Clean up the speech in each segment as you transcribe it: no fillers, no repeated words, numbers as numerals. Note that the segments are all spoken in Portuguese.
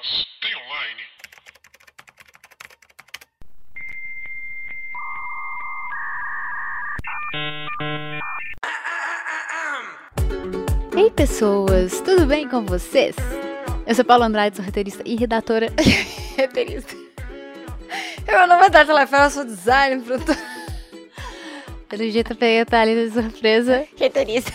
Mas tem online? Ei, pessoas, tudo bem com vocês? Eu sou Paula Andrade, sou roteirista e redatora. Roteirista. Meu nome é Tati Lefel, eu sou designer, produtora. Pelo jeito eu peguei a Thalita de surpresa. Roteirista.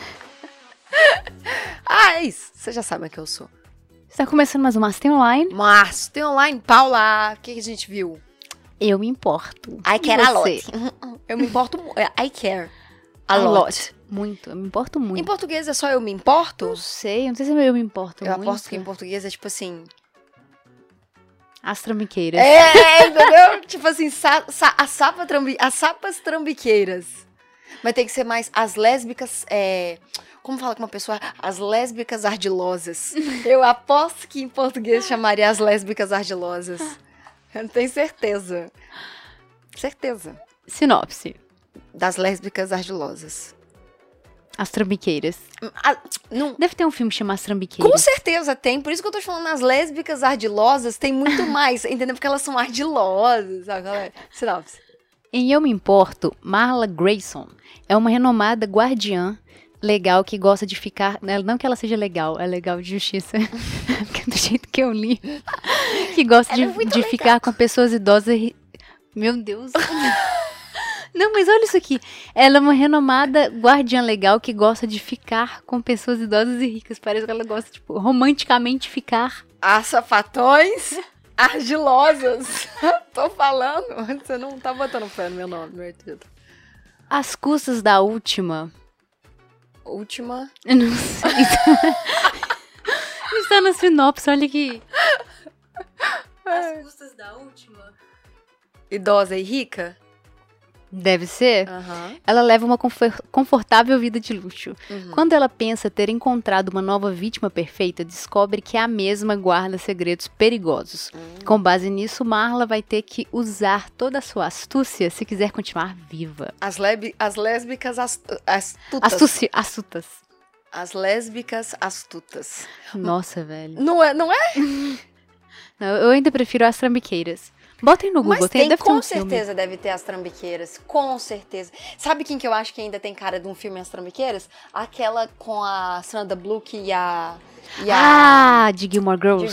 Ah, é isso. Você já sabe o que eu sou. Está começando mais um Mas Tem Online. Mas tem online, Paula. O que a gente viu? Eu me importo. I care E a você? lot. Eu me importo. I care A a lot. lot. Muito, eu me importo muito. Em português é só eu me importo? Não sei se eu me importo Eu muito. aposto que em português é tipo assim. As trambiqueiras. Entendeu? Tipo assim, as sapas trambiqueiras. Mas tem que ser mais as lésbicas. Como fala com uma pessoa? As lésbicas ardilosas. Eu aposto que em português chamaria as lésbicas ardilosas. Eu não tenho certeza. Certeza. Sinopse. Das lésbicas ardilosas. As trambiqueiras. Não, Deve ter um filme chamado As Trambiqueiras. com certeza tem, por isso que eu tô falando nas lésbicas ardilosas, tem muito mais, entendeu? Porque elas são ardilosas, sabe? Sinopse. Em Eu Me Importo, Marla Grayson é uma renomada guardiã legal que gosta de ficar... Não que ela seja legal, é legal de justiça. Porque do jeito que eu li. Que gosta de ficar com pessoas idosas e... Meu Deus. Não, mas olha isso aqui. Ela é uma renomada guardiã legal que gosta de ficar com pessoas idosas e ricas. Parece que ela gosta, tipo, romanticamente ficar. As sapatões ardilosas. Tô falando, você não tá botando fé no meu nome, meu título. Às custas da última... Última. Eu não sei. Está na sinopse, olha aqui. Às custas da última... Idosa e rica? Deve ser. Aham. Ela leva uma confortável vida de luxo. Uhum. Quando ela pensa ter encontrado uma nova vítima perfeita, descobre que a mesma guarda segredos perigosos. Com base nisso, Marla vai ter que usar toda a sua astúcia se quiser continuar viva. As lésbicas astutas. Astutas. As lésbicas astutas. Nossa, velho. Não é? Não, Eu ainda prefiro as trambiqueiras. Botem no Google, mas tem, deve ter com um filme. certeza deve ter as trambiqueiras, com certeza. Sabe quem que eu acho que ainda tem cara de um filme As Trambiqueiras? Aquela com a Sandra Bullock e a De Gilmore Girls.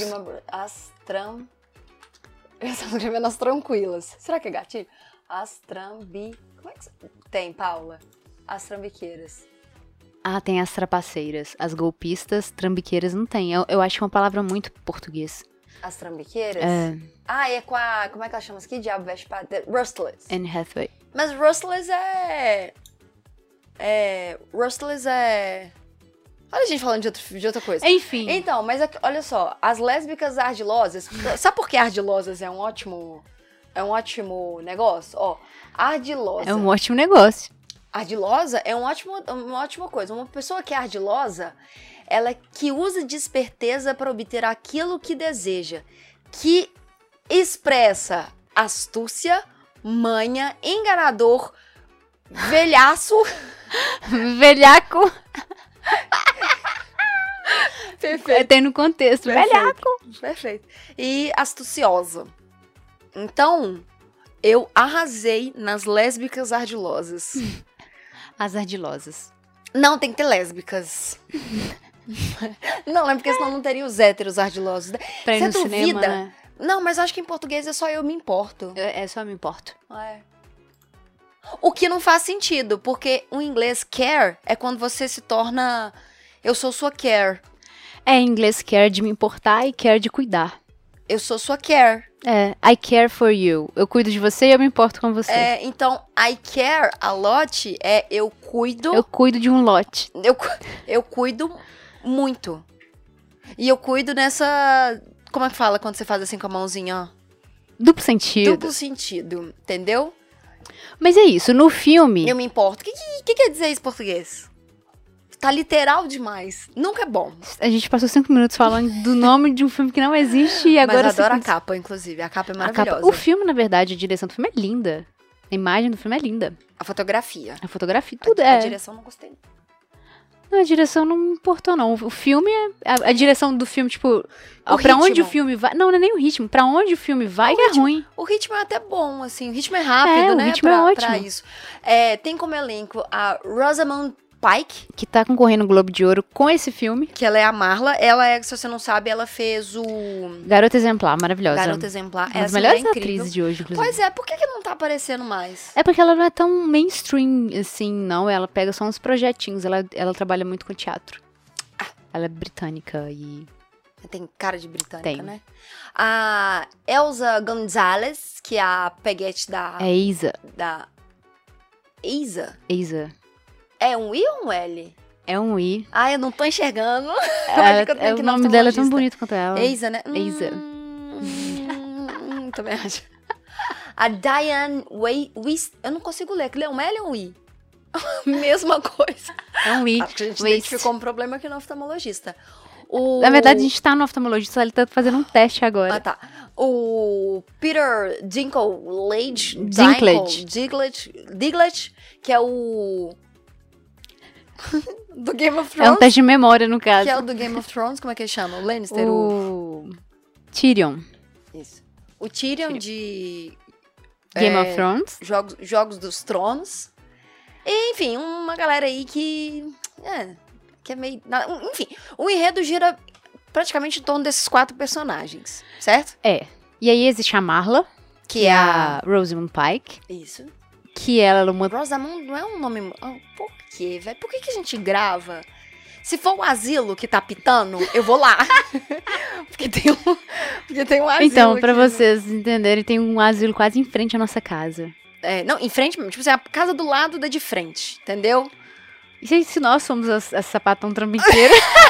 Eu estava escrevendo As Tranquilas. Será que é gatilho? Como é que tem, Paula? As Trambiqueiras. Ah, tem as trapaceiras. As golpistas, trambiqueiras não tem. Eu acho uma palavra muito português. As Trambiqueiras? É. Ah, é com a... Como é que ela chama isso aqui? Diabo Veste Prada. Rustless. Anne Hathaway. Mas Rustless Rustless é... Olha a gente falando de outra coisa. Enfim. Então, mas olha só. As lésbicas ardilosas... Sabe por que ardilosas é um ótimo negócio? Ó, ardilosa. É um ótimo negócio. Ardilosa é uma ótima coisa. Uma pessoa que é ardilosa, ela que usa de esperteza para obter aquilo que deseja, que expressa astúcia, manha, enganador, velhaço. Velhaco. Perfeito. Tem no contexto. Velhaco. Perfeito. E astuciosa. Então, eu arrasei nas lésbicas ardilosas. As ardilosas. Não, tem que ter lésbicas. Não, é porque senão não teria os héteros ardilosos. Pra ir Você no duvida? cinema, né? Não, mas acho que em português é só eu me importo. Só me importo. É. O que não faz sentido, porque o inglês care é quando você se torna... Eu sou sua care. Em inglês, care de me importar e care de cuidar. Eu sou sua care. I care for you. Eu cuido de você e eu me importo com você. Então, I care a lot é eu cuido... Eu cuido de um lote. Eu cuido muito. E eu cuido nessa... Como é que fala quando você faz assim com a mãozinha, ó? Duplo sentido. Duplo sentido, entendeu? Mas é isso, no filme... Eu me importo. O que quer dizer isso em português? Tá literal demais. Nunca é bom. A gente passou 5 minutos falando do nome de um filme que não existe e agora... Mas adoro a capa, inclusive. A capa é maravilhosa. O filme, na verdade, a direção do filme é linda. A imagem do filme é linda. A fotografia. A fotografia, tudo A direção não gostei. A direção não me importou, não. O filme, a direção do filme, tipo, pra ritmo. onde o filme vai... Não é nem o ritmo. Pra onde o filme vai é ruim. O ritmo é até bom, assim. O ritmo é rápido, o né? ritmo é ótimo. Pra isso. Tem como elenco a Rosamund Pike, Que tá concorrendo no Globo de Ouro com esse filme. que ela é a Marla. Ela é, se você não sabe, ela fez o Garota Exemplar, maravilhosa. Garota Exemplar. Uma das Essa melhores mulher é incrível. atrizes de hoje, inclusive. Pois é, por que não tá aparecendo mais? É porque ela não é tão mainstream, assim, não. Ela pega só uns projetinhos. Ela trabalha muito com teatro. Ela é britânica e... Tem cara de britânica, Tem. né? A Elsa Gonzalez, que é a peguete da... É Isa. da... Isa? Isa. É um I ou um L? É um I. Ah, eu não tô enxergando. O nome dela é tão bonito quanto ela. Eisa, né? Eisa. Também acho. A Diane Weiss. Eu não consigo ler. Aquilo é um L ou um I? Mesma coisa. É um I. Acho que a gente Waist. identificou um problema aqui no oftalmologista. Na verdade, a gente tá no oftalmologista, ele tá fazendo um teste agora. Ah, tá. O Peter Dinklage. Dinklage, que é o... do Game of É Thrones. um teste de memória, no caso. Que é o do Game of Thrones. Como é que ele chama? O Lannister? O Tyrion. Isso. O Tyrion de... Game of Thrones. Jogos dos Tronos. E, enfim, uma galera aí que é meio... Enfim, o enredo gira praticamente em torno desses 4 personagens, certo? É. E aí existe a Marla, Que é a Rosamund Pike, Isso. que ela é uma... Rosamund não é um nome... por quê, velho? Por que a gente grava? Se for o asilo que tá pitando, eu vou lá. porque tem um asilo Então, pra aqui, né? vocês entenderem, tem um asilo quase em frente à nossa casa. Não, em frente, tipo assim, a casa do lado da de frente, entendeu? E se nós somos a sapatão trambiqueira?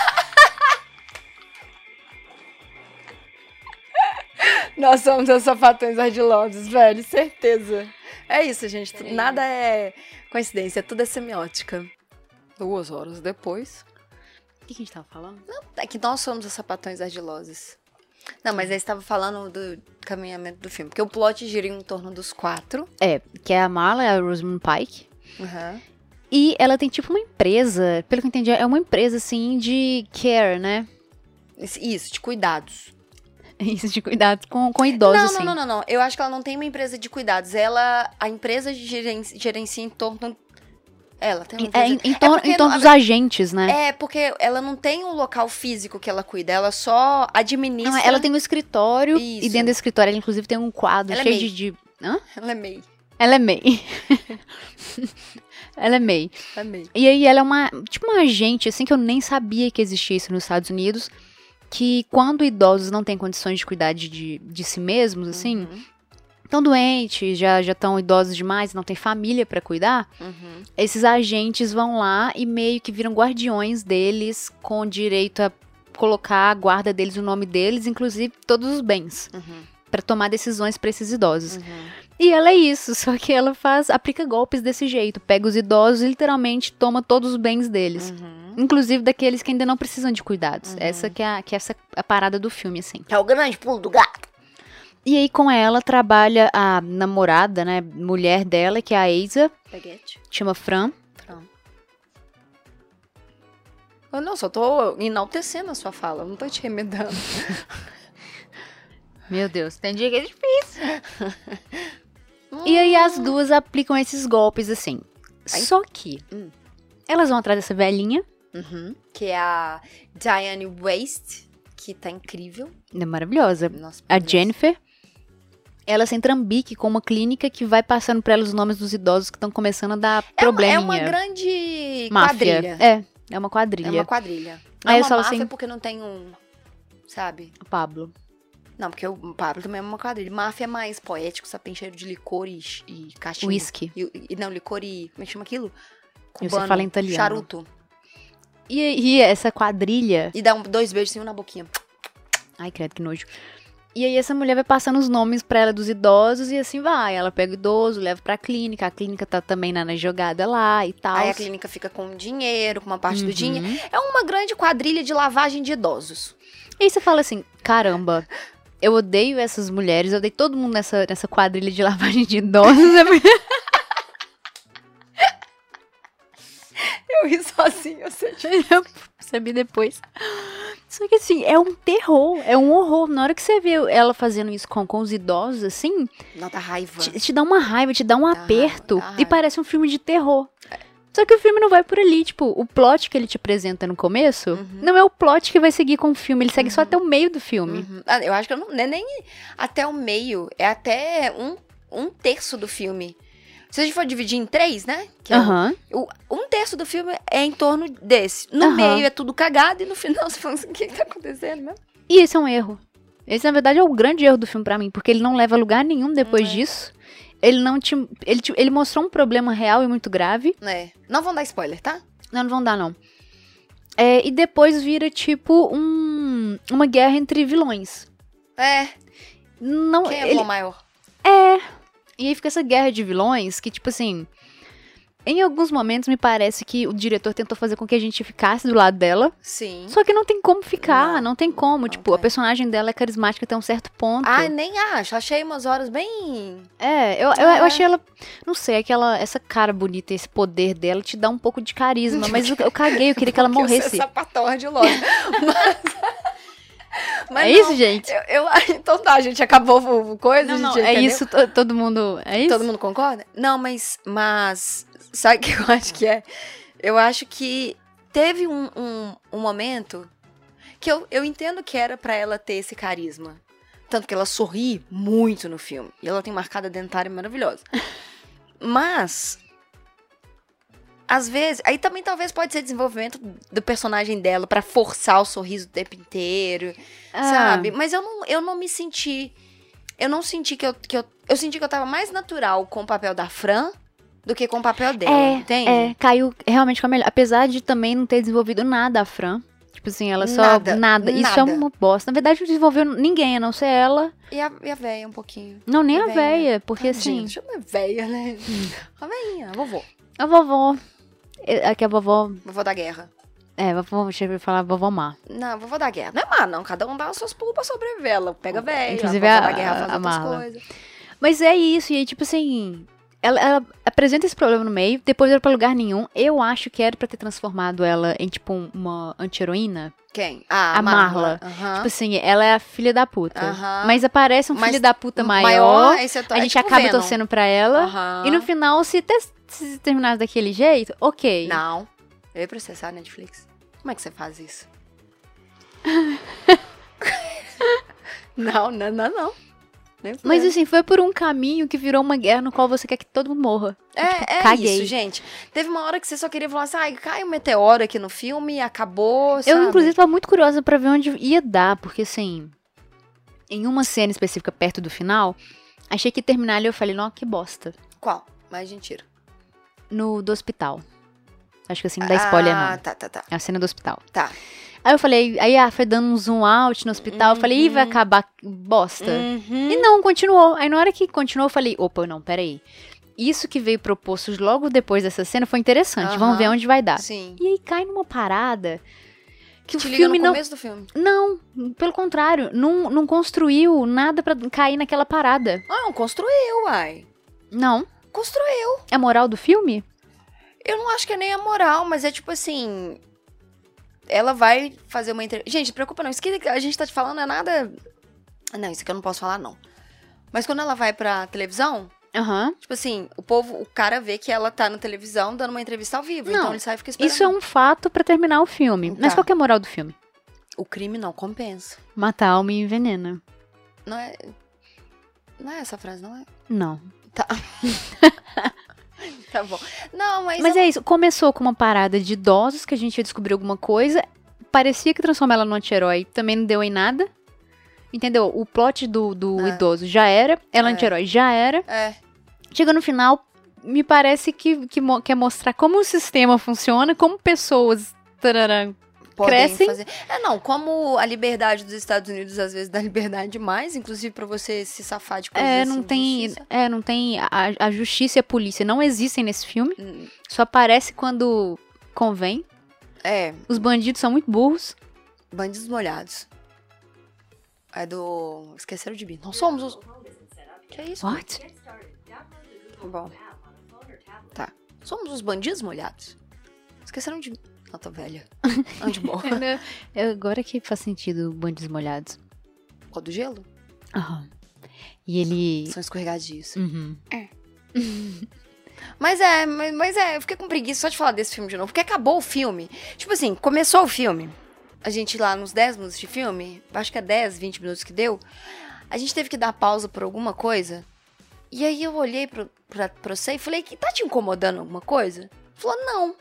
Nós somos os sapatões ardilosos, velho, certeza. É isso, gente. Nada é coincidência, tudo é semiótica. 2 horas depois. O que a gente tava falando? É que nós somos os sapatões ardilosos. Não, mas aí você estava falando do caminhamento do filme. Porque o plot gira em torno dos 4. É, que é a Marla, é a Rosamund Pike. Uhum. E ela tem tipo uma empresa, pelo que eu entendi, é uma empresa assim de care, né? Isso, de cuidados. Isso, de cuidado com idosos, assim. Não. Eu acho que ela não tem uma empresa de cuidados. A empresa gerencia em torno... Ela tem uma empresa... Em torno dos agentes, né? É, porque ela não tem um local físico que ela cuida, ela só administra... Não, ela tem um escritório, Isso. e dentro do escritório ela inclusive tem um quadro Ela é cheio MEI. de... Hã? Ela é MEI. Ela é MEI. Ela é MEI. Ela é MEI. E aí ela é uma agente, assim, que eu nem sabia que existia isso nos Estados Unidos, que quando idosos não têm condições de cuidar de si mesmos, assim, Uhum. estão doentes, já estão idosos demais, não tem família pra cuidar, Uhum. esses agentes vão lá e meio que viram guardiões deles, com direito a colocar a guarda deles, o nome deles, inclusive todos os bens, Uhum. pra tomar decisões pra esses idosos. Uhum. E ela é isso, só que ela aplica golpes desse jeito, pega os idosos e literalmente toma todos os bens deles. Uhum. Inclusive daqueles que ainda não precisam de cuidados. Essa que é a parada do filme, assim. É o grande pulo do gato. E aí com ela trabalha a namorada, né, mulher dela, que é a Eisa, Peguete. chama Fran. Eu não, só tô enaltecendo a sua fala, eu não tô te remedando. Meu Deus, tem dia que é difícil. E aí as duas aplicam esses golpes, assim. Só que elas vão atrás dessa velhinha. Uhum. Que é a Diane Weiss, que tá incrível. É maravilhosa. Nossa, A Jennifer. Ela sem trambique com uma clínica que vai passando pra ela os nomes dos idosos que estão começando a dar probleminha. É uma grande máfia. quadrilha. É uma quadrilha. É uma quadrilha. Não Aí é eu uma falo máfia assim- porque não tem um... Sabe? O Pablo. Não, porque o Pablo também é uma quadrilha. Máfia é mais poético, sabe? Tem cheiro de licor e cachimbo. Whisky. Não, licor e... Como é que chama aquilo? Você Cubano. fala em italiano. Charuto. E essa quadrilha... E dá 2 beijos assim, um na boquinha. Ai, credo, que nojo. E aí essa mulher vai passando os nomes pra ela dos idosos e assim vai. Ela pega o idoso, leva pra clínica. A clínica tá também na jogada lá e tal. Aí a clínica fica com dinheiro, com uma parte do dinheiro. É uma grande quadrilha de lavagem de idosos. E aí você fala assim, caramba, eu odeio essas mulheres, eu odeio todo mundo nessa quadrilha de lavagem de idosos. eu ri sozinho, eu sei. Eu percebi depois. Só que assim, é um terror, é um horror. Na hora que você vê ela fazendo isso com os idosos, assim, Não, dá raiva. te dá uma raiva, te dá um aperto. dá E raiva. parece um filme de terror. Só que o filme não vai por ali. Tipo, o plot que ele te apresenta no começo não é o plot que vai seguir com o filme. Ele segue só até o meio do filme. Eu acho que eu não é nem até o meio, é até um terço do filme. Se a gente for dividir em 3, né? Que é Aham. um terço do filme é em torno desse. No Aham. meio é tudo cagado e no final você fala assim, o que tá acontecendo mesmo? E esse é um erro. Esse, na verdade, é o grande erro do filme pra mim. Porque ele não leva a lugar nenhum depois disso. Ele não te... Ele mostrou um problema real e muito grave. É. Não vão dar spoiler, tá? Não vão dar, não. E depois vira, tipo, uma guerra entre vilões. É. Não, Quem é o vilão maior? E aí fica essa guerra de vilões que, tipo assim... Em alguns momentos me parece que o diretor tentou fazer com que a gente ficasse do lado dela. Sim. Só que não tem como ficar, não tem como. não Tipo, a tem. personagem dela é carismática até um certo ponto. Ah, nem acho. Achei umas horas bem... Eu achei ela... Não sei, essa cara bonita, esse poder dela te dá um pouco de carisma. Mas eu caguei, eu queria que ela Porque morresse. Você é sapatão de loja. Mas É não, isso, gente? Então tá, a gente acabou o coisa, Não, a gente é entendeu? isso, todo mundo... É isso? Todo mundo concorda? Não, mas sabe o que eu acho que é? Eu acho que teve um momento que eu entendo que era pra ela ter esse carisma. Tanto que ela sorri muito no filme. E ela tem marcada dentária maravilhosa. Mas, às vezes... Aí também talvez pode ser desenvolvimento do personagem dela pra forçar o sorriso o tempo inteiro, sabe? Mas eu não me senti... Eu não senti que eu senti que eu tava mais natural com o papel da Fran do que com o papel dela, entende? Caiu realmente com a melhor. Apesar de também não ter desenvolvido nada a Fran. Tipo assim, ela só... Nada. Isso é uma bosta. Na verdade, não desenvolveu ninguém, a não ser ela. E a véia um pouquinho. Não, nem a véia. véia. Porque Tadinha, assim... chama véia, né? A véinha, a vovô. A vovó... Aqui a vovó... Vovô da guerra. Vovó, deixa eu falar vovó má. Não, vovô da guerra. Não é má, não. Cada um dá os seus pulos pra sobreviver. Ela pega véia, Inclusive a vovó a- da guerra faz a outras Marla. coisas. Mas é isso. E aí, tipo assim... Ela apresenta esse problema no meio. Depois era pra lugar nenhum. Eu acho que era pra ter transformado ela em, tipo, uma anti-heroína. Quem? A Marla. Aham. Tipo assim, ela é a filha da puta. Aham. Mas aparece um Mas filho da puta maior. aí você A gente tipo acaba Venom. torcendo pra ela. Aham. E no final, se terminasse daquele jeito, ok. Não. Eu ia processar a Netflix. Como é que você faz isso? Não. Nem Mas fudendo. assim, foi por um caminho que virou uma guerra no qual você quer que todo mundo morra. É caguei. isso, gente. Teve uma hora que você só queria falar assim, ai, cai um meteoro aqui no filme e acabou, sabe? Eu, inclusive, tava muito curiosa pra ver onde ia dar, porque assim, em uma cena específica perto do final, achei que ia terminar ali, eu falei, não, que bosta. Qual? Mais mentira. No do hospital. Acho que assim, não dá spoiler, não. Tá. É a cena do hospital. Tá. Aí eu falei, foi dando um zoom out no hospital, eu falei, ih, vai acabar bosta. Uhum. E não, continuou. Aí na hora que continuou, eu falei, opa, não, peraí. Isso que veio proposto logo depois dessa cena foi interessante, Aham. vamos ver onde vai dar. Sim. E aí cai numa parada que Te o liga filme no não... começo do filme. Não, pelo contrário, não construiu nada pra cair naquela parada. Não, construiu, uai. Não. Construiu. É a moral do filme? Eu não acho que é nem a moral, mas é tipo assim... Ela vai fazer uma entrevista... Gente, não preocupa não. Isso que a gente tá te falando é nada... Não, isso aqui eu não posso falar, não. Mas quando ela vai pra televisão... Aham. Tipo assim, o cara vê que ela tá na televisão dando uma entrevista ao vivo. Não, Então ele sai e fica esperando. Isso é um fato pra terminar o filme. Tá. Mas qual que é a moral do filme? O crime não compensa. Mata a alma e envenena. Não é... Não é essa a frase, não é? Não. Tá. Tá bom. Não, Mas é isso, começou com uma parada de idosos que a gente ia descobrir alguma coisa. Parecia que transformar ela num anti-herói também não deu em nada. Entendeu? O plot do idoso já era, ela anti-herói já era. É. Chega no final, me parece que quer mostrar como o sistema funciona, como pessoas Podem crescem. fazer. Não, como a liberdade dos Estados Unidos às vezes dá liberdade demais, inclusive pra você se safar de coisas assim, Não de tem, justiça. não tem a justiça e a polícia não existem nesse filme. Hum. Só aparece quando convém. Os bandidos são muito burros. Bandidos molhados. É do... Esqueceram de mim. Nós somos os... Que é isso? What? Bom. Tá. Somos os bandidos molhados. Esqueceram de... Não, tô velha. Onde bom. Agora que faz sentido Bandos Molhados. Qual do gelo? Aham. E ele... São escorregadios. Uhum. Mas eu fiquei com preguiça só de falar desse filme de novo, porque acabou o filme. Tipo assim, começou o filme, a gente lá nos 10 minutos de filme, acho que é 10, 20 minutos que deu, a gente teve que dar pausa por alguma coisa, e aí eu olhei pra você e falei, que tá te incomodando alguma coisa? Falou, não.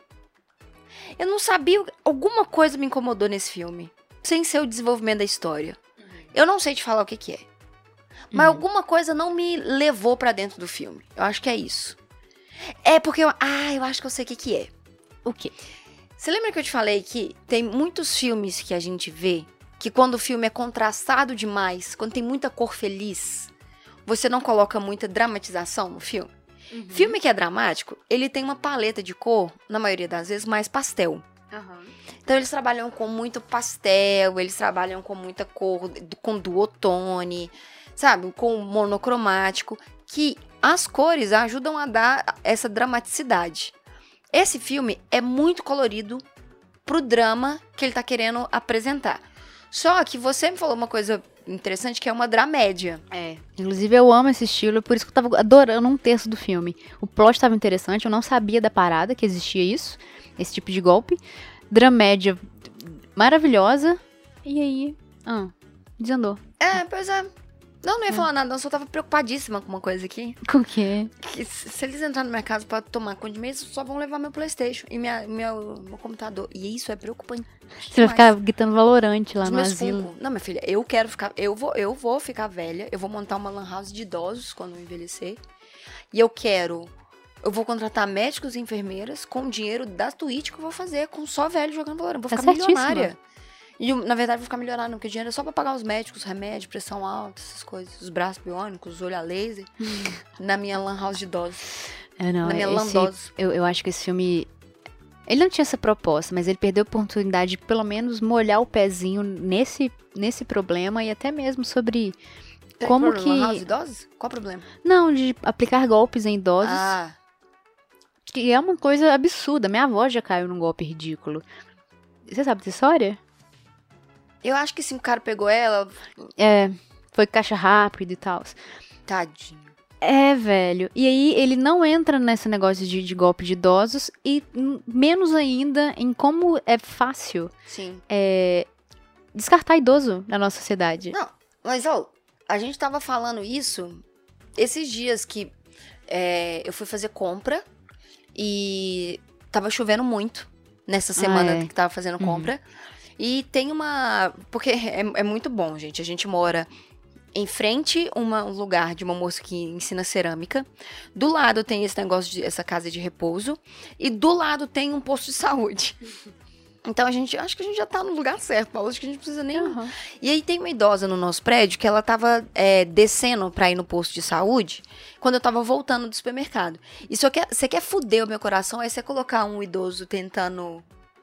Eu não sabia, alguma coisa me incomodou nesse filme, sem ser o desenvolvimento da história. Eu não sei te falar o que é, mas alguma coisa não me levou pra dentro do filme. Eu acho que é isso. É porque eu acho que eu sei o que é. O quê? Você lembra que eu te falei que tem muitos filmes que a gente vê que quando o filme é contrastado demais, quando tem muita cor feliz, você não coloca muita dramatização no filme? Uhum. Filme que é dramático, ele tem uma paleta de cor, na maioria das vezes, mais pastel. Uhum. Então eles trabalham com muito pastel, eles trabalham com muita cor, com duotone, sabe? Com monocromático, que as cores ajudam a dar essa dramaticidade. Esse filme é muito colorido pro drama que ele tá querendo apresentar. Só que você me falou uma coisa interessante, que é uma dramédia. É. Inclusive, eu amo esse estilo, por isso que eu tava adorando um terço do filme. O plot tava interessante, eu não sabia da parada, que existia isso, esse tipo de golpe. Dramédia maravilhosa. E aí... desandou. Pois é. Não ia falar nada, eu só tava preocupadíssima com uma coisa aqui. Com o quê? Que se eles entrarem na minha casa pra tomar conta de mim, eles só vão levar meu PlayStation e meu computador. E isso é preocupante. Você vai ficar gritando Valorante lá no asilo. Funko. Não, minha filha, eu quero ficar... Eu vou ficar velha, eu vou montar uma lan house de idosos quando eu envelhecer. E eu vou contratar médicos e enfermeiras com o dinheiro da Twitch que eu vou fazer, com só velho jogando Valorant. Vou ficar milionária. E, na verdade, vou ficar milionária, porque o dinheiro é só pra pagar os médicos, remédio, pressão alta, essas coisas. Os braços biônicos, os olhos a laser. Na minha lan house de idosos. Não, na minha landose. Eu acho que esse filme... Ele não tinha essa proposta, mas ele perdeu a oportunidade de, pelo menos, molhar o pezinho nesse problema e até mesmo sobre como que... Lan house de idosos? Qual o problema? Não, de aplicar golpes em idosos. Ah. Que é uma coisa absurda. Minha avó já caiu num golpe ridículo. Você sabe dessa história? Eu acho que sim, o cara pegou ela... Foi caixa rápido e tal. Tadinho. Velho. E aí ele não entra nesse negócio de golpe de idosos e menos ainda em como é fácil descartar idoso na nossa sociedade. Não, mas a gente tava falando isso esses dias que eu fui fazer compra e tava chovendo muito nessa semana que tava fazendo compra. E tem porque é muito bom, gente. A gente mora em frente a um lugar de uma moça que ensina cerâmica. Do lado tem esse negócio essa casa de repouso. E do lado tem um posto de saúde. Então acho que a gente já tá no lugar certo, Paulo. Acho que a gente precisa nem... E aí tem uma idosa no nosso prédio que ela tava descendo pra ir no posto de saúde quando eu tava voltando do supermercado. E você quer fuder o meu coração, aí você colocar um idoso tentando...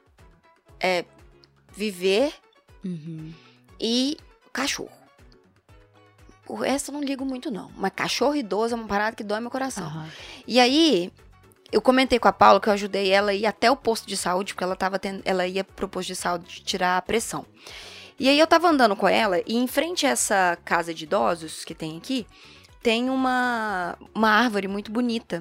viver e cachorro. O resto eu não ligo muito, não. Mas cachorro idoso é uma parada que dói meu coração. E aí, eu comentei com a Paula que eu ajudei ela a ir até o posto de saúde, porque ela ia pro posto de saúde tirar a pressão. E aí eu tava andando com ela, e em frente a essa casa de idosos que tem aqui, tem uma árvore muito bonita.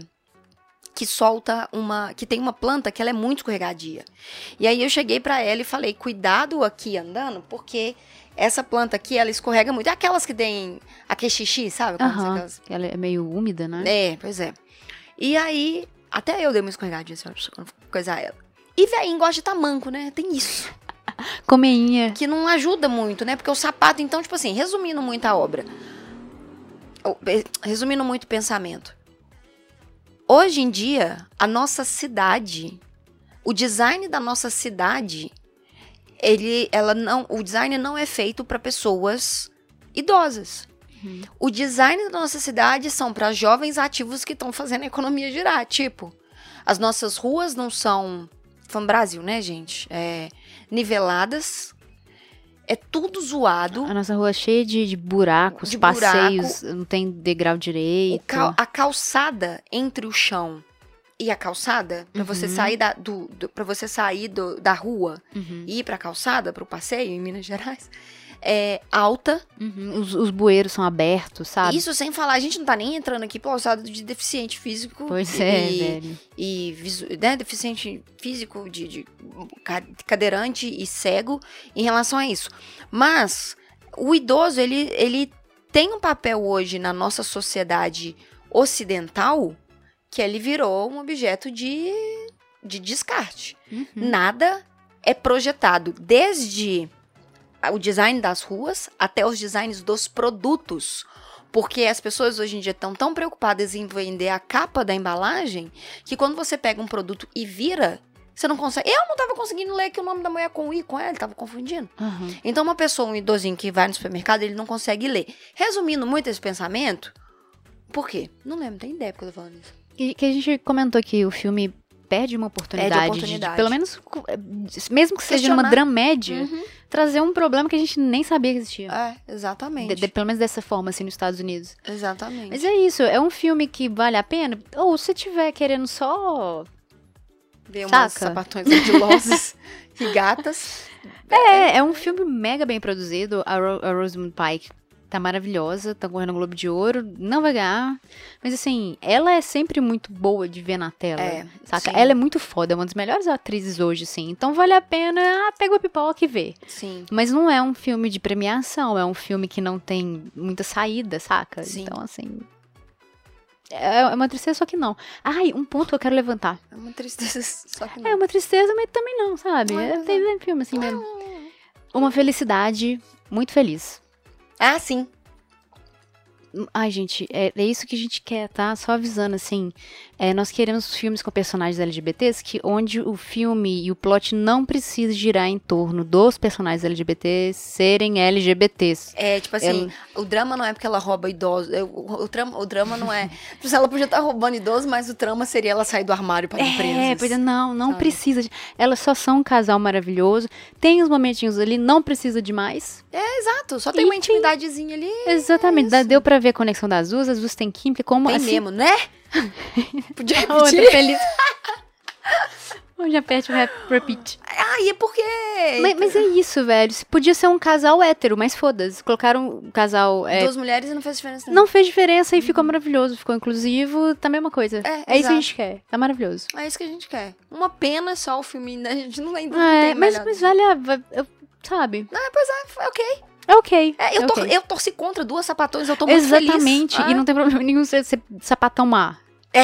Que tem uma planta que ela é muito escorregadia. E aí eu cheguei pra ela e falei, cuidado aqui andando, porque essa planta aqui, ela escorrega muito. É aquelas que tem aquele xixi, sabe? Ela é meio úmida, né? Pois é. E aí, até eu dei uma escorregadinha assim, quando coisar ela. E velhinho gosta de tamanco, né? Tem isso. Comeinha. Que não ajuda muito, né? Porque o sapato, então, tipo assim, resumindo muito a obra. Resumindo muito o pensamento. Hoje em dia, a nossa cidade, o design da nossa cidade, o design não é feito para pessoas idosas. O design da nossa cidade são para jovens ativos que estão fazendo a economia girar. Tipo, as nossas ruas não são... Foi no Brasil, né, gente? Niveladas. É tudo zoado. A nossa rua é cheia de buracos, passeios, não tem degrau direito. A calçada entre o chão E a calçada, pra você sair pra você sair da rua e ir pra calçada, pro passeio em Minas Gerais, é alta. Os bueiros são abertos, sabe? Isso sem falar, a gente não tá nem entrando aqui pro lado de deficiente físico. Pois é, velho. E né, deficiente físico, de cadeirante e cego em relação a isso. Mas o idoso, ele tem um papel hoje na nossa sociedade ocidental que ele virou um objeto de descarte. Nada é projetado, desde o design das ruas até os designs dos produtos. Porque as pessoas hoje em dia estão tão preocupadas em vender a capa da embalagem que quando você pega um produto e vira, você não consegue. Eu não estava conseguindo ler que o nome da mulher com I, com L, estava confundindo. Então uma pessoa, um idosinho que vai no supermercado, ele não consegue ler. Resumindo muito esse pensamento, por quê? Não lembro, não tenho ideia porque eu tô falando isso. Que a gente comentou que o filme perde uma oportunidade, de pelo menos, mesmo que seja numa dramédia, trazer um problema que a gente nem sabia que existia. Exatamente. Pelo menos dessa forma, assim, nos Estados Unidos. Exatamente. Mas é isso, é um filme que vale a pena, ou se tiver querendo só... ver umas sapatões ardilosos e gatas. É um filme mega bem produzido, a Rosamund Pike tá maravilhosa, tá correndo o Globo de Ouro, não vai ganhar, mas assim, ela é sempre muito boa de ver na tela, saca? Sim. Ela é muito foda, é uma das melhores atrizes hoje, assim, então vale a pena, pega o pipoca e vê. Sim. Mas não é um filme de premiação, é um filme que não tem muita saída, saca? Sim. Então, assim, é uma tristeza, só que não. Ai, um ponto que eu quero levantar. É uma tristeza, só que não. É uma tristeza, mas também não, sabe? Tem um filme assim mesmo. Uma felicidade, muito feliz. Ah, sim. Ai, gente, é isso que a gente quer, tá? Só avisando, assim, nós queremos filmes com personagens LGBTs onde o filme e o plot não precisa girar em torno dos personagens LGBTs serem LGBTs. Tipo assim, o drama não é porque ela rouba idosos, o drama não é... Ela podia estar roubando idosos, mas o drama seria ela sair do armário para empresas. Não precisa. Elas só são um casal maravilhoso, tem uns momentinhos ali, não precisa de mais. Exato, só tem uma intimidadezinha ali. Exatamente, deu pra ver a conexão das duas, as duas têm química, como tem assim... mesmo, né? Podia repetir. Outra feliz. Hoje aperte o repeat. E é porque... Mas é isso, velho. Podia ser um casal hétero, mas foda-se. Colocaram um casal... Duas mulheres e não fez diferença. Não fez diferença e ficou maravilhoso. Ficou inclusivo, tá a mesma coisa. É isso que a gente quer. Tá maravilhoso. É isso que a gente quer. Uma pena só o filme, né? A gente não ainda tem mas vale sabe? Pois é ok. É ok. Eu torci contra duas sapatões, eu tô muito feliz. Exatamente. E não tem problema nenhum ser sapatão má.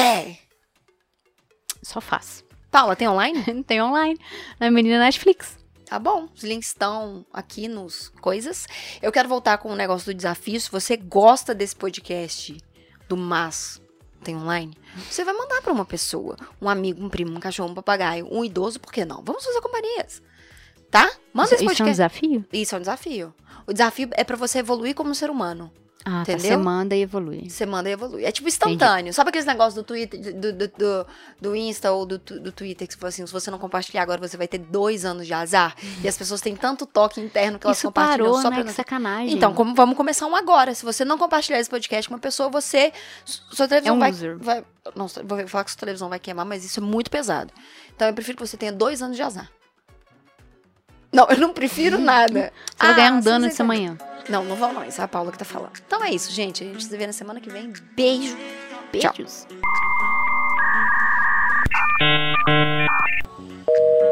Só faz. Paula, tem online? Tem online. Na menina Netflix. Tá bom, os links estão aqui nos coisas. Eu quero voltar com o negócio do desafio. Se você gosta desse podcast do Mas Tem Online, você vai mandar pra uma pessoa. Um amigo, um primo, um cachorro, um papagaio, um idoso, por que não? Vamos fazer companhias. Tá? Manda esse podcast. Isso é um desafio? Isso é um desafio. O desafio é pra você evoluir como ser humano. Entendeu? Tá, você manda e evolui. Você manda e evolui. É tipo instantâneo. Entendi. Sabe aqueles negócios do Twitter, do Insta ou do Twitter, que você fala assim, se você não compartilhar agora, você vai ter 2 anos de azar. E as pessoas têm tanto toque interno que elas compartilham parou, só né? pra... Que sacanagem. Então, vamos começar um agora. Se você não compartilhar esse podcast com uma pessoa, sua televisão vai... Nossa, vou falar que sua televisão vai queimar, mas isso é muito pesado. Então, eu prefiro que você tenha 2 anos de azar. Não, eu não prefiro nada. Você vai ganhar um dano essa manhã. Não vão não, isso é a Paula que tá falando. Então é isso, gente. A gente se vê na semana que vem. Beijo. Beijos. Tchau.